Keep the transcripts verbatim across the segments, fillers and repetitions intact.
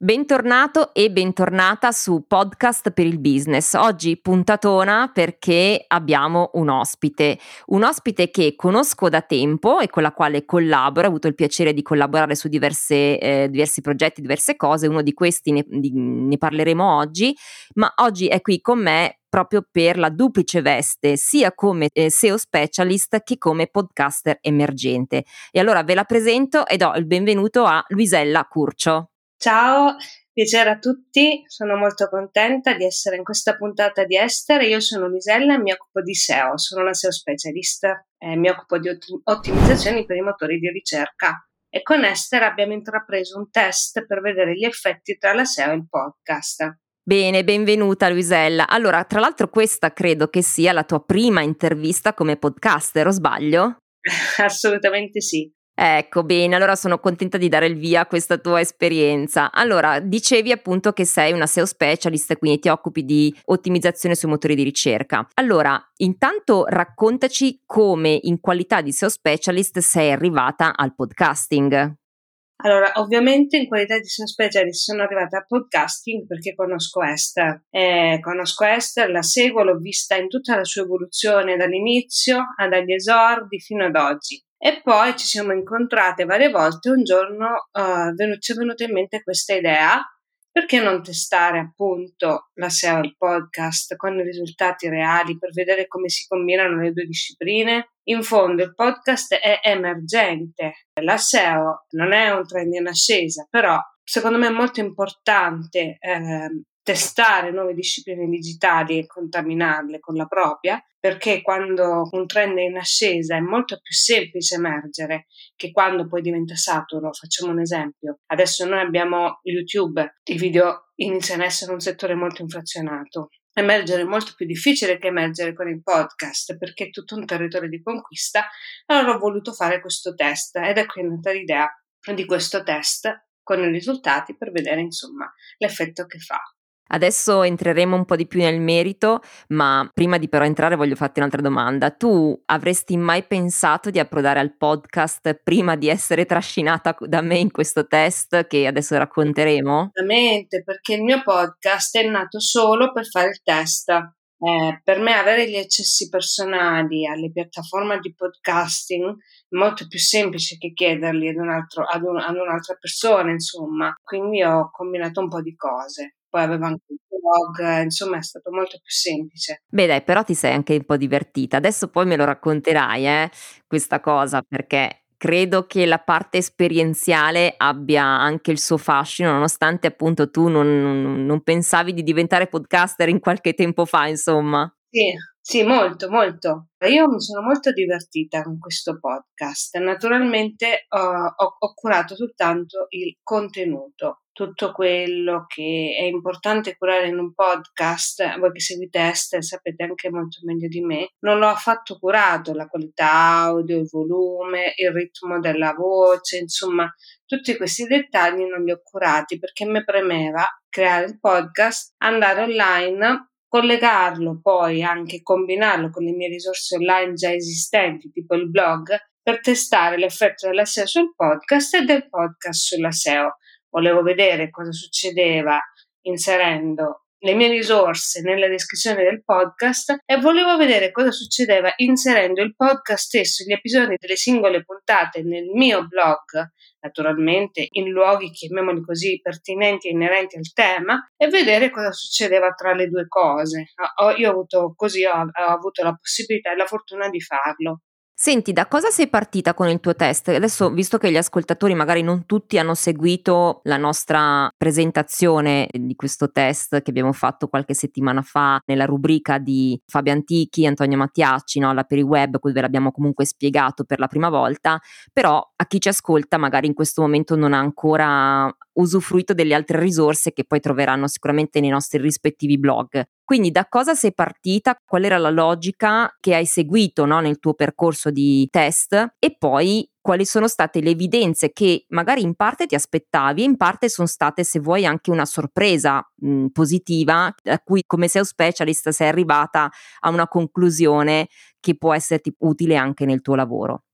Bentornato e bentornata su Podcast per il Business. Oggi puntatona perché abbiamo un ospite, un ospite che conosco da tempo e con la quale collaboro, ho avuto il piacere di collaborare su diverse, eh, diversi progetti, diverse cose, uno di questi ne, di, ne parleremo oggi, ma oggi è qui con me proprio per la duplice veste, sia come eh, S E O specialist che come podcaster emergente. E allora ve la presento e do il benvenuto a Luisella Curcio. Ciao, piacere a tutti, sono molto contenta di essere in questa puntata di Ester. Io sono Luisella e mi occupo di S E O, sono una S E O specialist e mi occupo di ot- ottimizzazioni per i motori di ricerca. E con Ester abbiamo intrapreso un test per vedere gli effetti tra la S E O e il podcast. Bene, benvenuta Luisella. Allora, tra l'altro questa credo che sia la tua prima intervista come podcaster, o sbaglio? Assolutamente sì. Ecco, bene, allora sono contenta di dare il via a questa tua esperienza. Allora, dicevi appunto che sei una S E O specialist, quindi ti occupi di ottimizzazione sui motori di ricerca. Allora, intanto raccontaci come in qualità di S E O specialist sei arrivata al podcasting. Allora, ovviamente in qualità di S E O specialist sono arrivata al podcasting perché conosco Esther. Eh, conosco Esther, la seguo, l'ho vista in tutta la sua evoluzione dall'inizio, dagli esordi fino ad oggi. E poi ci siamo incontrate varie volte. Un giorno uh, ci è venuta in mente questa idea: perché non testare appunto la S E O e il podcast con i risultati reali per vedere come si combinano le due discipline? In fondo il podcast è emergente, la S E O non è un trend in ascesa, però secondo me è molto importante eh, testare nuove discipline digitali e contaminarle con la propria, perché quando un trend è in ascesa è molto più semplice emergere che quando poi diventa saturo. Facciamo un esempio: adesso noi abbiamo YouTube, i video iniziano a essere un settore molto inflazionato. Emergere è molto più difficile che emergere con il podcast, perché è tutto un territorio di conquista. Allora ho voluto fare questo test ed è qui nata l'idea di questo test con i risultati per vedere insomma l'effetto che fa. Adesso entreremo un po' di più nel merito, ma prima di però entrare voglio farti un'altra domanda. Tu avresti mai pensato di approdare al podcast prima di essere trascinata da me in questo test che adesso racconteremo? Esattamente, perché il mio podcast è nato solo per fare il test. Eh, per me avere gli accessi personali alle piattaforme di podcasting è molto più semplice che chiederli ad, un altro, ad, un, ad un'altra persona, insomma. Quindi ho combinato un po' di cose. Poi avevo anche il blog, insomma è stato molto più semplice. Beh dai, però ti sei anche un po' divertita. Adesso poi me lo racconterai, eh, questa cosa, perché credo che la parte esperienziale abbia anche il suo fascino, nonostante appunto tu non, non, non pensavi di diventare podcaster in qualche tempo fa, insomma. Sì, sì, molto, molto. Io mi sono molto divertita con questo podcast. Naturalmente uh, ho, ho curato soltanto il contenuto, tutto quello che è importante curare in un podcast. Voi che seguite Esther sapete anche molto meglio di me. Non l'ho affatto curato, la qualità audio, il volume, il ritmo della voce, insomma, tutti questi dettagli non li ho curati perché mi premeva creare il podcast, andare online, collegarlo poi anche, combinarlo con le mie risorse online già esistenti, tipo il blog, per testare l'effetto della S E O sul podcast e del podcast sulla S E O. Volevo vedere cosa succedeva inserendo le mie risorse nella descrizione del podcast e volevo vedere cosa succedeva inserendo il podcast stesso, gli episodi delle singole puntate nel mio blog, naturalmente in luoghi, chiamiamoli così, pertinenti e inerenti al tema, e vedere cosa succedeva tra le due cose. Io ho avuto così, ho, ho avuto la possibilità e la fortuna di farlo. Senti, da cosa sei partita con il tuo test? Adesso, visto che gli ascoltatori magari non tutti hanno seguito la nostra presentazione di questo test che abbiamo fatto qualche settimana fa nella rubrica di Fabio Antichi, Antonio Mattiacci, no? La Periweb, cui ve l'abbiamo comunque spiegato per la prima volta, però a chi ci ascolta magari in questo momento non ha ancora usufruito delle altre risorse che poi troveranno sicuramente nei nostri rispettivi blog. Quindi da cosa sei partita? Qual era la logica che hai seguito, no, nel tuo percorso di test? E poi quali sono state le evidenze che magari in parte ti aspettavi e in parte sono state, se vuoi, anche una sorpresa mh, positiva, a cui come S E O specialist sei arrivata a una conclusione che può esserti utile anche nel tuo lavoro?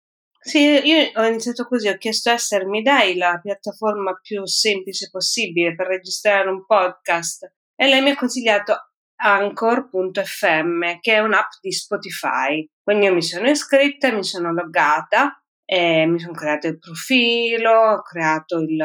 Sì, io ho iniziato così, ho chiesto a Esther, mi dai la piattaforma più semplice possibile per registrare un podcast? E lei mi ha consigliato Anchor punto effe emme, che è un'app di Spotify. Quindi io mi sono iscritta, mi sono loggata, e mi sono creato il profilo, ho creato il,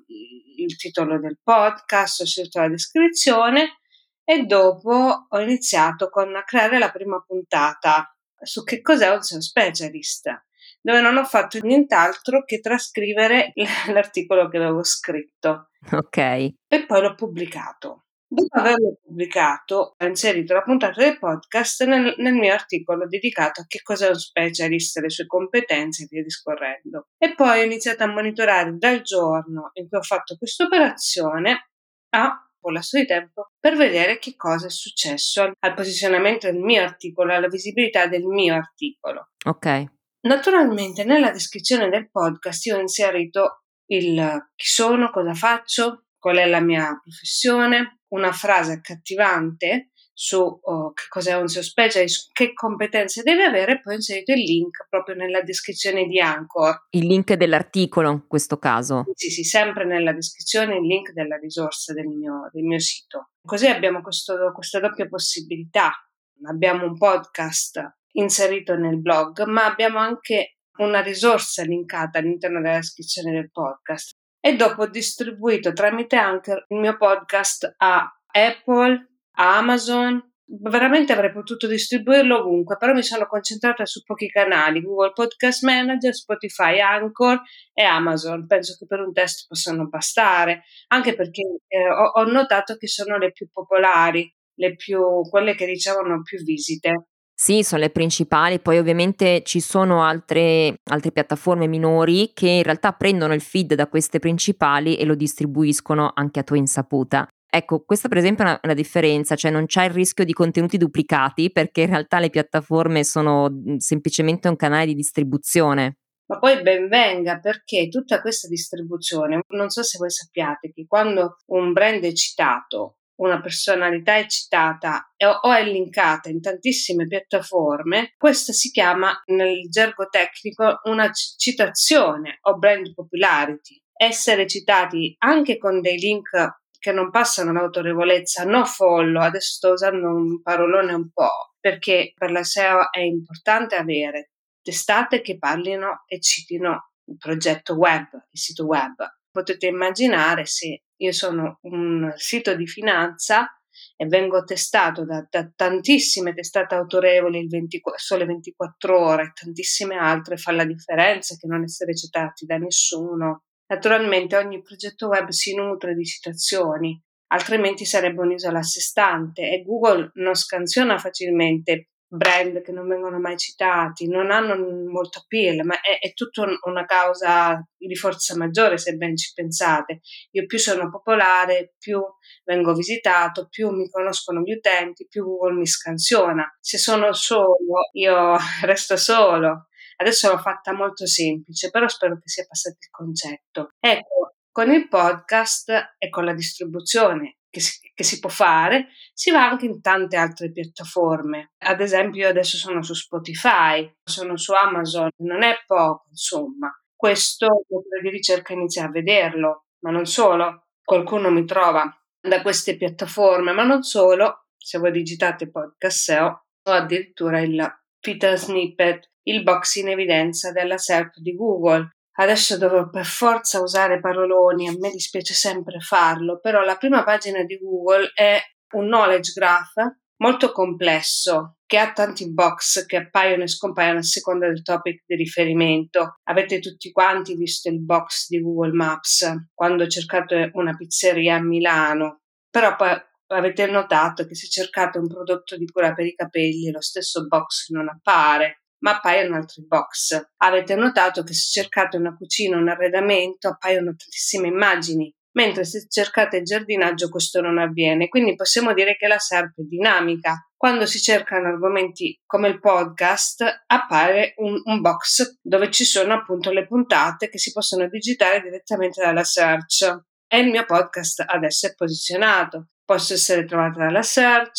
il titolo del podcast, ho scelto la descrizione e dopo ho iniziato con a creare la prima puntata su che cos'è un S E O specialist, dove non ho fatto nient'altro che trascrivere l'articolo che avevo scritto. Ok. E poi l'ho pubblicato. Dopo averlo pubblicato, ho inserito la puntata del podcast nel, nel mio articolo dedicato a che cos'è un specialist, le sue competenze e via discorrendo. E poi ho iniziato a monitorare dal giorno in cui ho fatto questa operazione a un lasso di tempo per vedere che cosa è successo al, al posizionamento del mio articolo, alla visibilità del mio articolo. Ok. Naturalmente nella descrizione del podcast io ho inserito il chi sono, cosa faccio, qual è la mia professione, una frase accattivante su oh, che cos'è un S E O specialist, che competenze deve avere, e poi ho inserito il link proprio nella descrizione di Anchor. Il link dell'articolo in questo caso. Sì, sì, sempre nella descrizione il link della risorsa del mio, del mio sito. Così abbiamo questo, questa doppia possibilità. Abbiamo un podcast inserito nel blog, ma abbiamo anche una risorsa linkata all'interno della descrizione del podcast. E dopo ho distribuito tramite anche il mio podcast a Apple, a Amazon. Veramente avrei potuto distribuirlo ovunque, però mi sono concentrata su pochi canali: Google Podcast Manager, Spotify, Anchor e Amazon. Penso che per un test possano bastare, anche perché eh, ho, ho notato che sono le più popolari, le più, quelle che ricevono più visite. Sì, sono le principali, poi ovviamente ci sono altre altre piattaforme minori che in realtà prendono il feed da queste principali e lo distribuiscono anche a tua insaputa. Ecco, questa per esempio è una una differenza, cioè non c'è il rischio di contenuti duplicati, perché in realtà le piattaforme sono, mhmm, semplicemente un canale di distribuzione. Ma poi ben venga, perché tutta questa distribuzione, non so se voi sappiate che quando un brand è citato, una personalità è citata o, o è linkata in tantissime piattaforme, questa si chiama nel gergo tecnico una c- citazione o brand popularity. Essere citati anche con dei link che non passano l'autorevolezza, no follow, adesso sto usando un parolone un po', perché per la S E O è importante avere testate che parlino e citino il progetto web, il sito web. Potete immaginare se io sono un sito di finanza e vengo testato da, da tantissime testate autorevoli, il ventiquattro, Sole ventiquattro Ore, tantissime altre, fa la differenza che non essere citati da nessuno. Naturalmente ogni progetto web si nutre di citazioni, altrimenti sarebbe un'isola a sé stante, e Google non scansiona facilmente brand che non vengono mai citati, non hanno molto appeal, ma è, è tutta un, una causa di forza maggiore, se ben ci pensate. Io più sono popolare, più vengo visitato, più mi conoscono gli utenti, più Google mi scansiona. Se sono solo, io resto solo. Adesso l'ho fatta molto semplice, però spero che sia passato il concetto. Ecco, con il podcast e con la distribuzione che si, che si può fare, si va anche in tante altre piattaforme. Ad esempio, io adesso sono su Spotify, sono su Amazon, non è poco, insomma. Questo il motore di ricerca inizia a vederlo, ma non solo. Qualcuno mi trova da queste piattaforme, ma non solo. Se voi digitate podcast S E O, o addirittura il feature snippet, il box in evidenza della S E R P di Google. Adesso dovrò per forza usare paroloni, a me dispiace sempre farlo, però la prima pagina di Google è un knowledge graph molto complesso, che ha tanti box che appaiono e scompaiono a seconda del topic di riferimento. Avete tutti quanti visto il box di Google Maps quando cercate una pizzeria a Milano, però poi avete notato che se cercate un prodotto di cura per i capelli lo stesso box non appare, ma appaiono altri box. Avete notato che se cercate una cucina o un arredamento appaiono tantissime immagini, mentre se cercate il giardinaggio questo non avviene. Quindi possiamo dire che la S E R P è dinamica. Quando si cercano argomenti come il podcast appare un, un box dove ci sono appunto le puntate che si possono digitare direttamente dalla search, e il mio podcast adesso è posizionato. Posso essere trovata dalla search,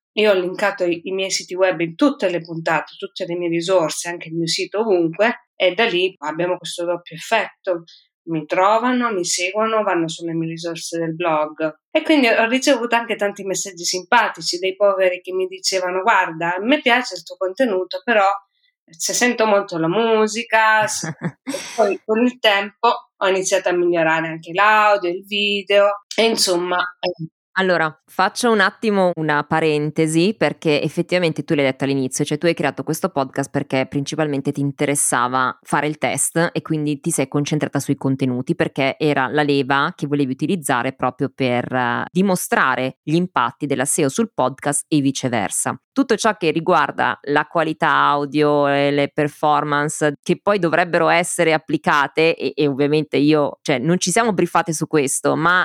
io ho linkato i, i miei siti web in tutte le puntate, tutte le mie risorse, anche il mio sito ovunque, e da lì abbiamo questo doppio effetto. Mi trovano, mi seguono, vanno sulle mie risorse del blog. E quindi ho ricevuto anche tanti messaggi simpatici dei poveri che mi dicevano: guarda, a me piace il tuo contenuto, però se sento molto la musica. E poi con il tempo ho iniziato a migliorare anche l'audio, il video e insomma. Eh, Allora, faccio un attimo una parentesi perché effettivamente tu l'hai detto all'inizio, cioè tu hai creato questo podcast perché principalmente ti interessava fare il test e quindi ti sei concentrata sui contenuti perché era la leva che volevi utilizzare proprio per uh, dimostrare gli impatti della S E O sul podcast e viceversa. Tutto ciò che riguarda la qualità audio e le performance che poi dovrebbero essere applicate e, e ovviamente io, cioè non ci siamo briefate su questo, ma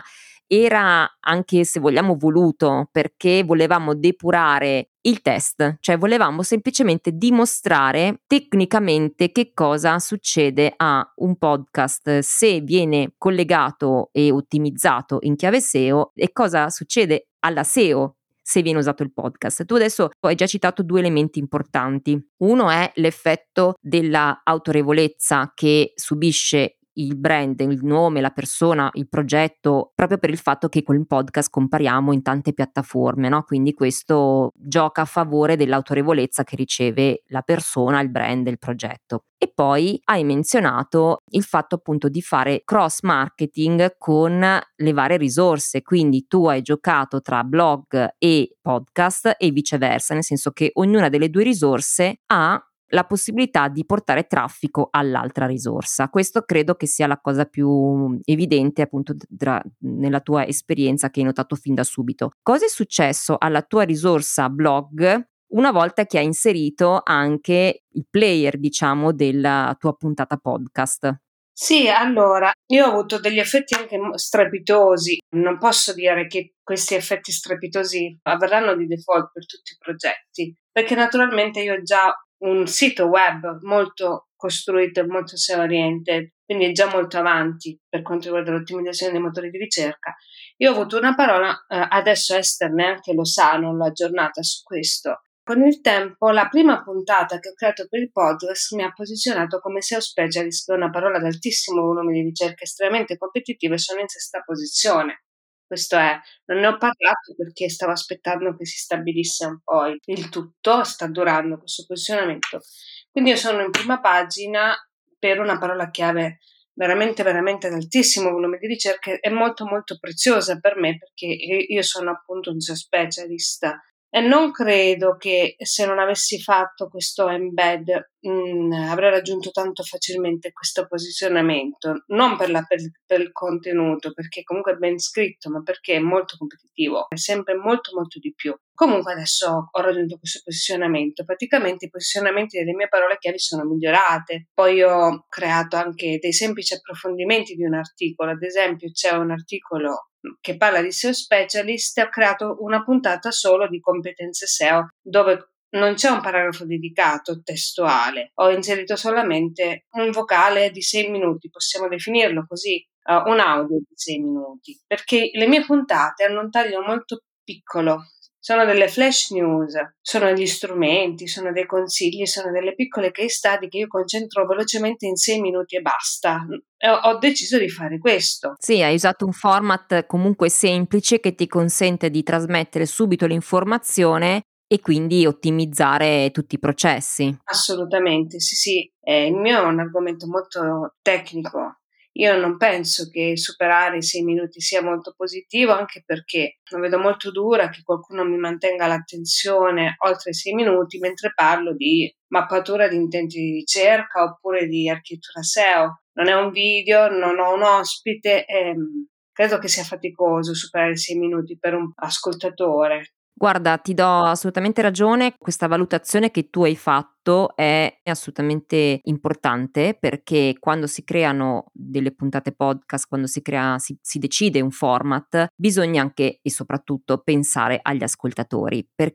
era anche, se vogliamo, voluto perché volevamo depurare il test, cioè volevamo semplicemente dimostrare tecnicamente che cosa succede a un podcast se viene collegato e ottimizzato in chiave S E O e cosa succede alla S E O se viene usato il podcast. Tu adesso hai già citato due elementi importanti. Uno è l'effetto della autorevolezza che subisce il brand, il nome, la persona, il progetto, proprio per il fatto che con il podcast compariamo in tante piattaforme, no? Quindi questo gioca a favore dell'autorevolezza che riceve la persona, il brand, il progetto. E poi hai menzionato il fatto appunto di fare cross marketing con le varie risorse, quindi tu hai giocato tra blog e podcast e viceversa, nel senso che ognuna delle due risorse ha la possibilità di portare traffico all'altra risorsa. Questo credo che sia la cosa più evidente appunto tra, nella tua esperienza che hai notato fin da subito. Cosa è successo alla tua risorsa blog una volta che hai inserito anche il player, diciamo, della tua puntata podcast? Sì, allora, io ho avuto degli effetti anche mo- strepitosi. Non posso dire che questi effetti strepitosi avverranno di default per tutti i progetti, perché naturalmente io ho già un sito web molto costruito e molto S E O oriented, quindi è già molto avanti per quanto riguarda l'ottimizzazione dei motori di ricerca. Io ho avuto una parola, eh, adesso Esther neanche lo sa, non l'ho aggiornata su questo. Con il tempo, la prima puntata che ho creato per il podcast mi ha posizionato come S E O specialist, che è una parola ad altissimo volume di ricerca, estremamente competitiva, e sono in sesta posizione. Questo è, non ne ho parlato perché stavo aspettando che si stabilisse un po' il, il tutto, sta durando questo posizionamento. Quindi io sono in prima pagina per una parola chiave veramente, veramente ad altissimo volume di ricerca e molto, molto preziosa per me perché io sono appunto un S E O specialist. E non credo che se non avessi fatto questo embed mh, avrei raggiunto tanto facilmente questo posizionamento, non per, la, per, per il contenuto, perché comunque è ben scritto, ma perché è molto competitivo, è sempre molto molto di più. Comunque adesso ho raggiunto questo posizionamento, praticamente i posizionamenti delle mie parole chiave sono migliorate, poi ho creato anche dei semplici approfondimenti di un articolo, ad esempio c'è un articolo che parla di S E O specialist, ho creato una puntata solo di competenze S E O dove non c'è un paragrafo dedicato testuale, ho inserito solamente un vocale di sei minuti, possiamo definirlo così, uh, un audio di sei minuti, perché le mie puntate hanno un taglio molto piccolo. Sono delle flash news, sono degli strumenti, sono dei consigli, sono delle piccole case study che io concentro velocemente in sei minuti e basta. E ho, ho deciso di fare questo. Sì, hai usato un format comunque semplice che ti consente di trasmettere subito l'informazione e quindi ottimizzare tutti i processi. Assolutamente, sì, sì. Eh, il mio è un argomento molto tecnico. Io non penso che superare i sei minuti sia molto positivo, anche perché lo vedo molto dura che qualcuno mi mantenga l'attenzione oltre i sei minuti mentre parlo di mappatura di intenti di ricerca oppure di architettura S E O. Non è un video, non ho un ospite, ehm, credo che sia faticoso superare i sei minuti per un ascoltatore. Guarda, ti do assolutamente ragione, questa valutazione che tu hai fatto è assolutamente importante perché quando si creano delle puntate podcast, quando si crea, si, si decide un format, bisogna anche e soprattutto pensare agli ascoltatori, perché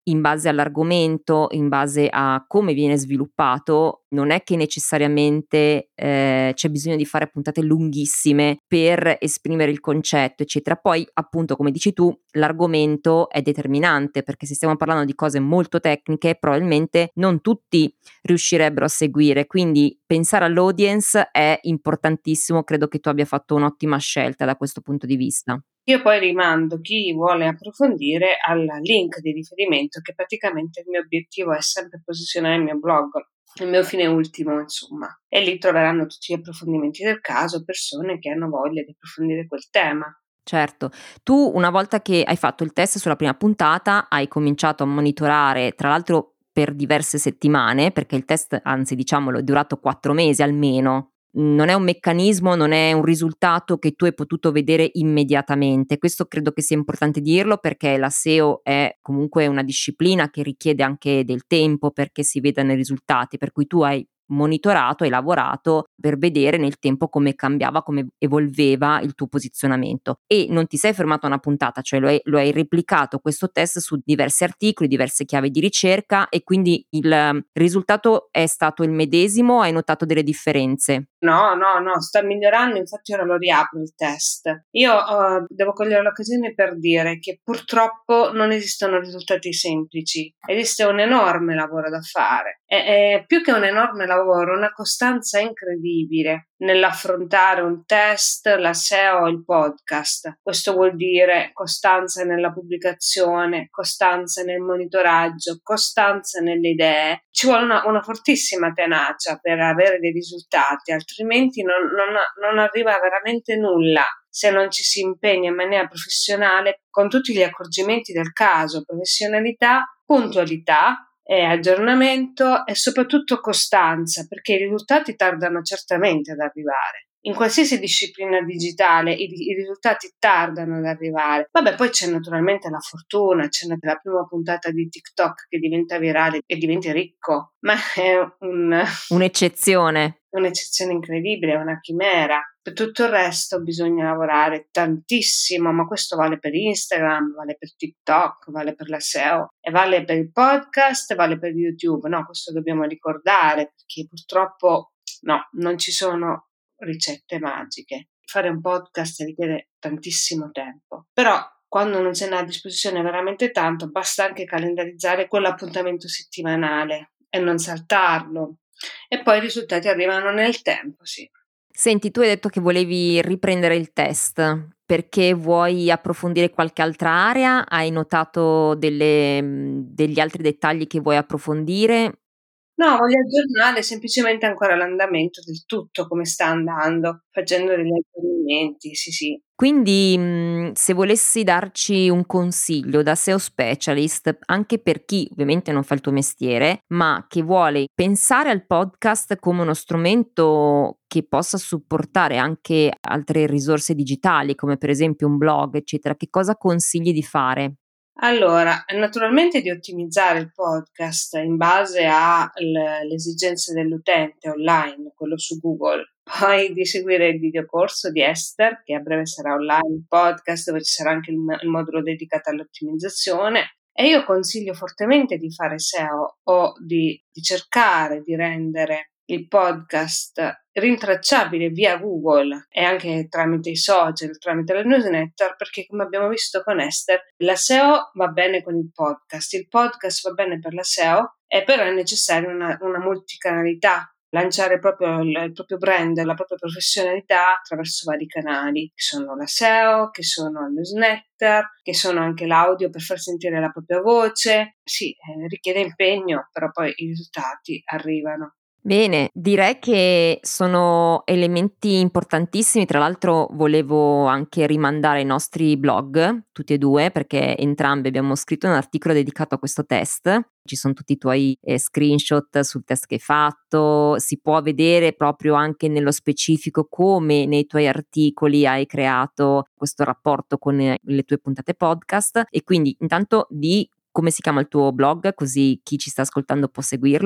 in base all'argomento, in base a come viene sviluppato, non è che necessariamente eh, c'è bisogno di fare puntate lunghissime per esprimere il concetto, eccetera. Poi, appunto, come dici tu, l'argomento è determinante, perché se stiamo parlando di cose molto tecniche, probabilmente non tutti riuscirebbero a seguire, quindi pensare all'audience è importantissimo. Credo che tu abbia fatto un'ottima scelta da questo punto di vista. Io poi rimando chi vuole approfondire al link di riferimento, che praticamente il mio obiettivo è sempre posizionare il mio blog, il mio fine ultimo, insomma, e lì troveranno tutti gli approfondimenti del caso, persone che hanno voglia di approfondire quel tema. Certo, tu una volta che hai fatto il test sulla prima puntata hai cominciato a monitorare, tra l'altro per diverse settimane, perché il test, anzi diciamolo, è durato quattro mesi almeno. Non è un meccanismo, non è un risultato che tu hai potuto vedere immediatamente. Questo credo che sia importante dirlo, perché la S E O è comunque una disciplina che richiede anche del tempo perché si vedano i risultati, per cui tu hai monitorato e lavorato per vedere nel tempo come cambiava, come evolveva il tuo posizionamento, e non ti sei fermato a una puntata, cioè lo hai, lo hai replicato questo test su diversi articoli, diverse chiavi di ricerca, e quindi il risultato è stato il medesimo? Hai notato delle differenze? No, no, no, sta migliorando, infatti ora lo riapro il test. Io uh, devo cogliere l'occasione per dire che purtroppo non esistono risultati semplici, esiste un enorme lavoro da fare, e, e più che un enorme lavoro, una costanza incredibile nell'affrontare un test, la S E O, il podcast. Questo vuol dire costanza nella pubblicazione, costanza nel monitoraggio, costanza nelle idee. Ci vuole una, una fortissima tenacia per avere dei risultati, altrimenti non, non, non arriva veramente nulla se non ci si impegna in maniera professionale con tutti gli accorgimenti del caso: professionalità, puntualità, e aggiornamento e soprattutto costanza, perché i risultati tardano certamente ad arrivare. In qualsiasi disciplina digitale i, i risultati tardano ad arrivare. Vabbè, poi c'è naturalmente la fortuna, c'è la prima puntata di TikTok che diventa virale e diventi ricco, ma è un, un'eccezione. Un'eccezione incredibile, è una chimera. Per tutto il resto bisogna lavorare tantissimo, ma questo vale per Instagram, vale per TikTok, vale per la S E O e vale per il podcast, vale per YouTube. No, questo dobbiamo ricordare, perché purtroppo no, non ci sono ricette magiche. Fare un podcast richiede tantissimo tempo, però quando non se ne ha a disposizione veramente tanto, basta anche calendarizzare quell'appuntamento settimanale e non saltarlo. E poi i risultati arrivano nel tempo, sì. Senti, tu hai detto che volevi riprendere il test perché vuoi approfondire qualche altra area? Hai notato delle, degli altri dettagli che vuoi approfondire? No, voglio aggiornare semplicemente ancora l'andamento del tutto, come sta andando, facendo degli aggiornamenti, sì, sì. Quindi, mhmm, se volessi darci un consiglio da S E O specialist, anche per chi ovviamente non fa il tuo mestiere, ma che vuole pensare al podcast come uno strumento che possa supportare anche altre risorse digitali, come per esempio un blog, eccetera, che cosa consigli di fare? Allora, naturalmente di ottimizzare il podcast in base alle esigenze dell'utente online, quello su Google, poi di seguire il videocorso di Esther, che a breve sarà online, il podcast dove ci sarà anche il, il modulo dedicato all'ottimizzazione. E io consiglio fortemente di fare S E O o di, di cercare di rendere il podcast rintracciabile via Google e anche tramite i social, tramite la newsletter, perché come abbiamo visto con Esther, la S E O va bene con il podcast, il podcast va bene per la S E O, e però è necessaria una, una multicanalità, lanciare proprio il, il proprio brand, la propria professionalità attraverso vari canali, che sono la S E O, che sono il newsletter, che sono anche l'audio per far sentire la propria voce. Sì, eh, richiede impegno, però poi i risultati arrivano. Bene, direi che sono elementi importantissimi. Tra l'altro volevo anche rimandare ai nostri blog, tutti e due, perché entrambi abbiamo scritto un articolo dedicato a questo test. Ci sono tutti i tuoi eh, screenshot sul test che hai fatto, si può vedere proprio anche nello specifico come nei tuoi articoli hai creato questo rapporto con eh, le tue puntate podcast, e quindi intanto di come si chiama il tuo blog, così chi ci sta ascoltando può seguirlo.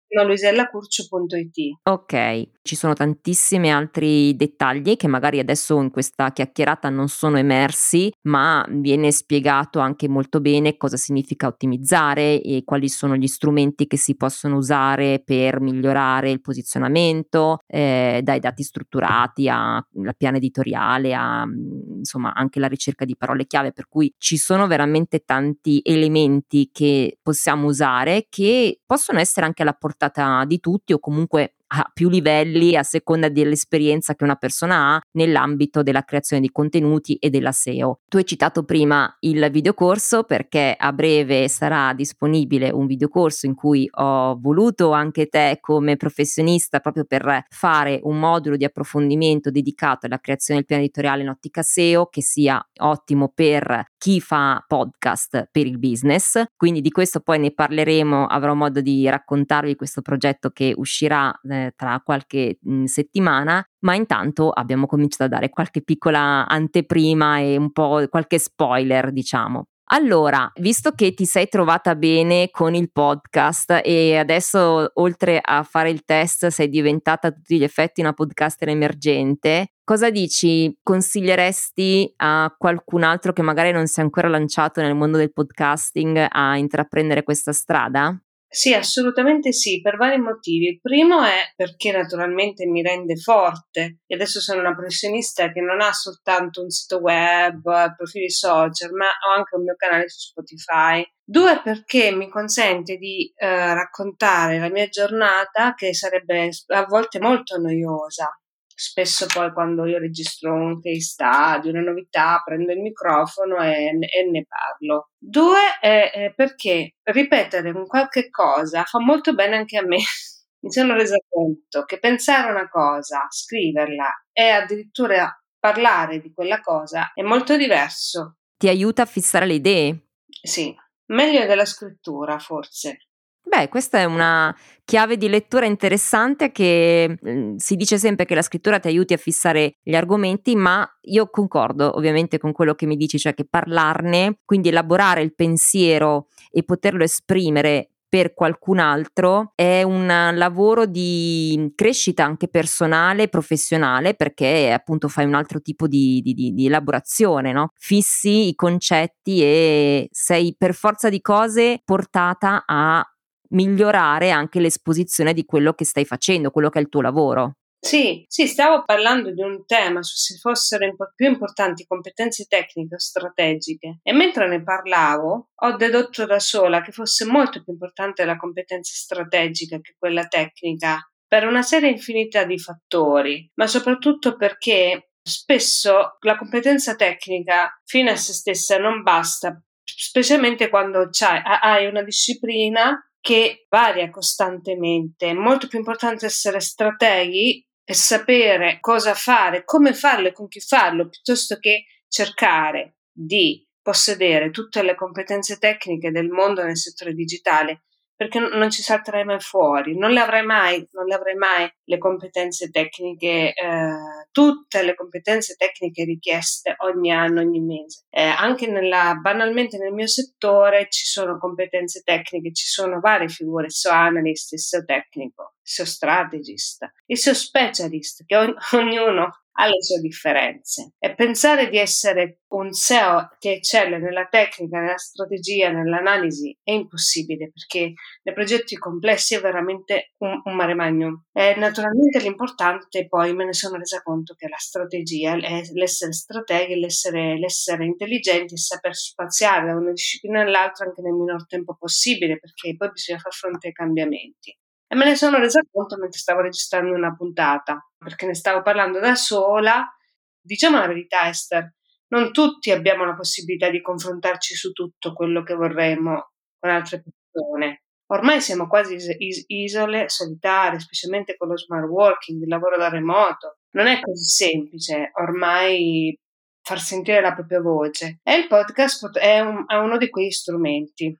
luisellacurcio punto it. Ok, ci sono tantissimi altri dettagli che magari adesso in questa chiacchierata non sono emersi, ma viene spiegato anche molto bene cosa significa ottimizzare e quali sono gli strumenti che si possono usare per migliorare il posizionamento, eh, dai dati strutturati alla piana editoriale a insomma anche la ricerca di parole chiave, per cui ci sono veramente tanti elementi che possiamo usare che possono essere anche alla portata di tutti o comunque a più livelli a seconda dell'esperienza che una persona ha nell'ambito della creazione di contenuti e della S E O. Tu hai citato prima il videocorso perché a breve sarà disponibile un videocorso in cui ho voluto anche te come professionista proprio per fare un modulo di approfondimento dedicato alla creazione del piano editoriale in ottica S E O che sia ottimo per chi fa podcast per il business, quindi di questo poi ne parleremo, avrò modo di raccontarvi questo progetto che uscirà eh, tra qualche mh, settimana, ma intanto abbiamo cominciato a dare qualche piccola anteprima e un po' qualche spoiler, diciamo. Allora, visto che ti sei trovata bene con il podcast e adesso oltre a fare il test sei diventata a tutti gli effetti una podcaster emergente, cosa dici? Consiglieresti a qualcun altro che magari non si è ancora lanciato nel mondo del podcasting a intraprendere questa strada? Sì, assolutamente sì, per vari motivi. Il primo è perché naturalmente mi rende forte e adesso sono una professionista che non ha soltanto un sito web, profili social, ma ho anche un mio canale su Spotify. Due, perché mi consente di eh, raccontare la mia giornata che sarebbe a volte molto noiosa. Spesso poi quando io registro un case study, una novità, prendo il microfono e, e ne parlo. Due, è, è perché ripetere un qualche cosa fa molto bene anche a me. Mi sono resa conto che pensare una cosa, scriverla e addirittura parlare di quella cosa è molto diverso. Ti aiuta a fissare le idee? Sì, meglio della scrittura forse. Beh, questa è una chiave di lettura interessante che mh, si dice sempre che la scrittura ti aiuti a fissare gli argomenti, ma io concordo ovviamente con quello che mi dici, cioè che parlarne, quindi elaborare il pensiero e poterlo esprimere per qualcun altro è un lavoro di crescita anche personale e professionale perché appunto fai un altro tipo di, di, di, di elaborazione, no? Fissi i concetti e sei per forza di cose portata a migliorare anche l'esposizione di quello che stai facendo, quello che è il tuo lavoro. Sì, sì, stavo parlando di un tema su se fossero impo- più importanti competenze tecniche o strategiche e mentre ne parlavo ho dedotto da sola che fosse molto più importante la competenza strategica che quella tecnica per una serie infinità di fattori, ma soprattutto perché spesso la competenza tecnica fine a se stessa non basta, specialmente quando c'hai, hai una disciplina che varia costantemente. È molto più importante essere strateghi e sapere cosa fare, come farlo e con chi farlo, piuttosto che cercare di possedere tutte le competenze tecniche del mondo nel settore digitale, perché non ci salterai mai fuori, non le avrai mai, non le avrai mai le competenze tecniche, eh, tutte le competenze tecniche richieste ogni anno, ogni mese. Eh, anche nella, banalmente nel mio settore ci sono competenze tecniche, ci sono varie figure, S E O analyst, S E O tecnico, S E O strategist, il S E O specialist, che ogn- ognuno ha le sue differenze e pensare di essere un S E O che eccelle nella tecnica, nella strategia, nell'analisi è impossibile perché nei progetti complessi è veramente un, un mare magnum. E naturalmente l'importante poi me ne sono resa conto che la strategia è l'essere strateghi, l'essere, l'essere intelligenti e saper spaziare da una disciplina all'altra anche nel minor tempo possibile perché poi bisogna far fronte ai cambiamenti. E me ne sono resa conto mentre stavo registrando una puntata, perché ne stavo parlando da sola. Diciamo la verità, Esther, non tutti abbiamo la possibilità di confrontarci su tutto quello che vorremmo con altre persone. Ormai siamo quasi is- is- isole solitarie, specialmente con lo smart working, il lavoro da remoto. Non è così semplice ormai far sentire la propria voce. E il podcast pot- è, un- è uno di quegli strumenti.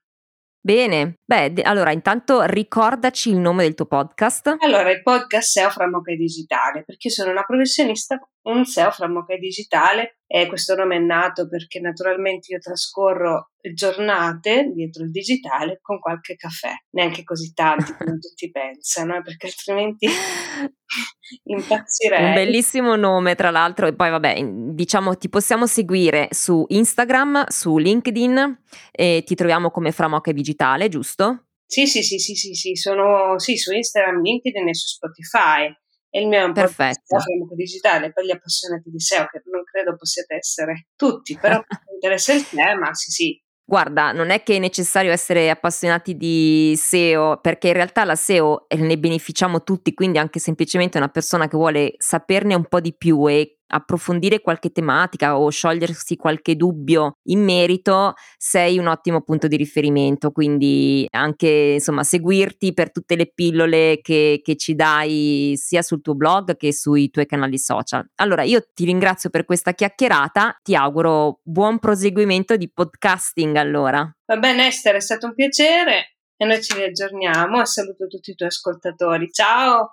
Bene, beh, de- allora intanto ricordaci il nome del tuo podcast. Allora, il podcast S E O fra Mocha e Digitale, perché io sono una professionista, un S E O fra Mocha e Digitale, E questo nome è nato perché naturalmente io trascorro giornate dietro il digitale con qualche caffè, neanche così tanti come tutti pensano, eh, perché altrimenti impazzirei. Un bellissimo nome tra l'altro, e poi vabbè, diciamo ti possiamo seguire su Instagram, su LinkedIn, e ti troviamo come Fra Mocha e Digitale, giusto? Sì, sì, sì, sì, sì, sì, sono sì, su Instagram, LinkedIn e su Spotify. E il mio è un podcast Perfetto. Fra Mocha Digitale per gli appassionati di S E O, che non credo possiate essere tutti, però se vi interessa il tema, sì, sì. Guarda, non è che è necessario essere appassionati di S E O, perché in realtà la S E O eh, ne beneficiamo tutti, quindi anche semplicemente una persona che vuole saperne un po' di più e approfondire qualche tematica o sciogliersi qualche dubbio in merito, sei un ottimo punto di riferimento, quindi anche insomma seguirti per tutte le pillole che, che ci dai sia sul tuo blog che sui tuoi canali social. Allora io ti ringrazio per questa chiacchierata, ti auguro buon proseguimento di podcasting allora. Va bene Esther, è stato un piacere e noi ci riaggiorniamo e saluto tutti i tuoi ascoltatori. Ciao!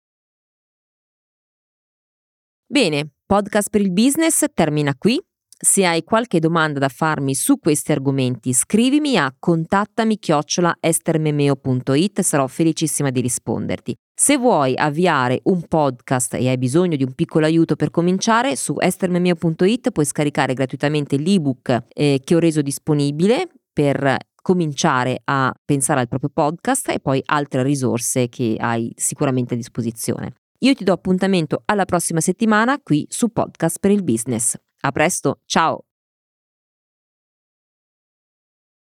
Bene, podcast per il business termina qui. Se hai qualche domanda da farmi su questi argomenti, scrivimi a contattami chiocciola estermemeo punto it, sarò felicissima di risponderti. Se vuoi avviare un podcast e hai bisogno di un piccolo aiuto per cominciare, su estermemeo punto it puoi scaricare gratuitamente l'ebook eh, che ho reso disponibile per cominciare a pensare al proprio podcast e poi altre risorse che hai sicuramente a disposizione. Io ti do appuntamento alla prossima settimana qui su Podcast per il Business. A presto, ciao!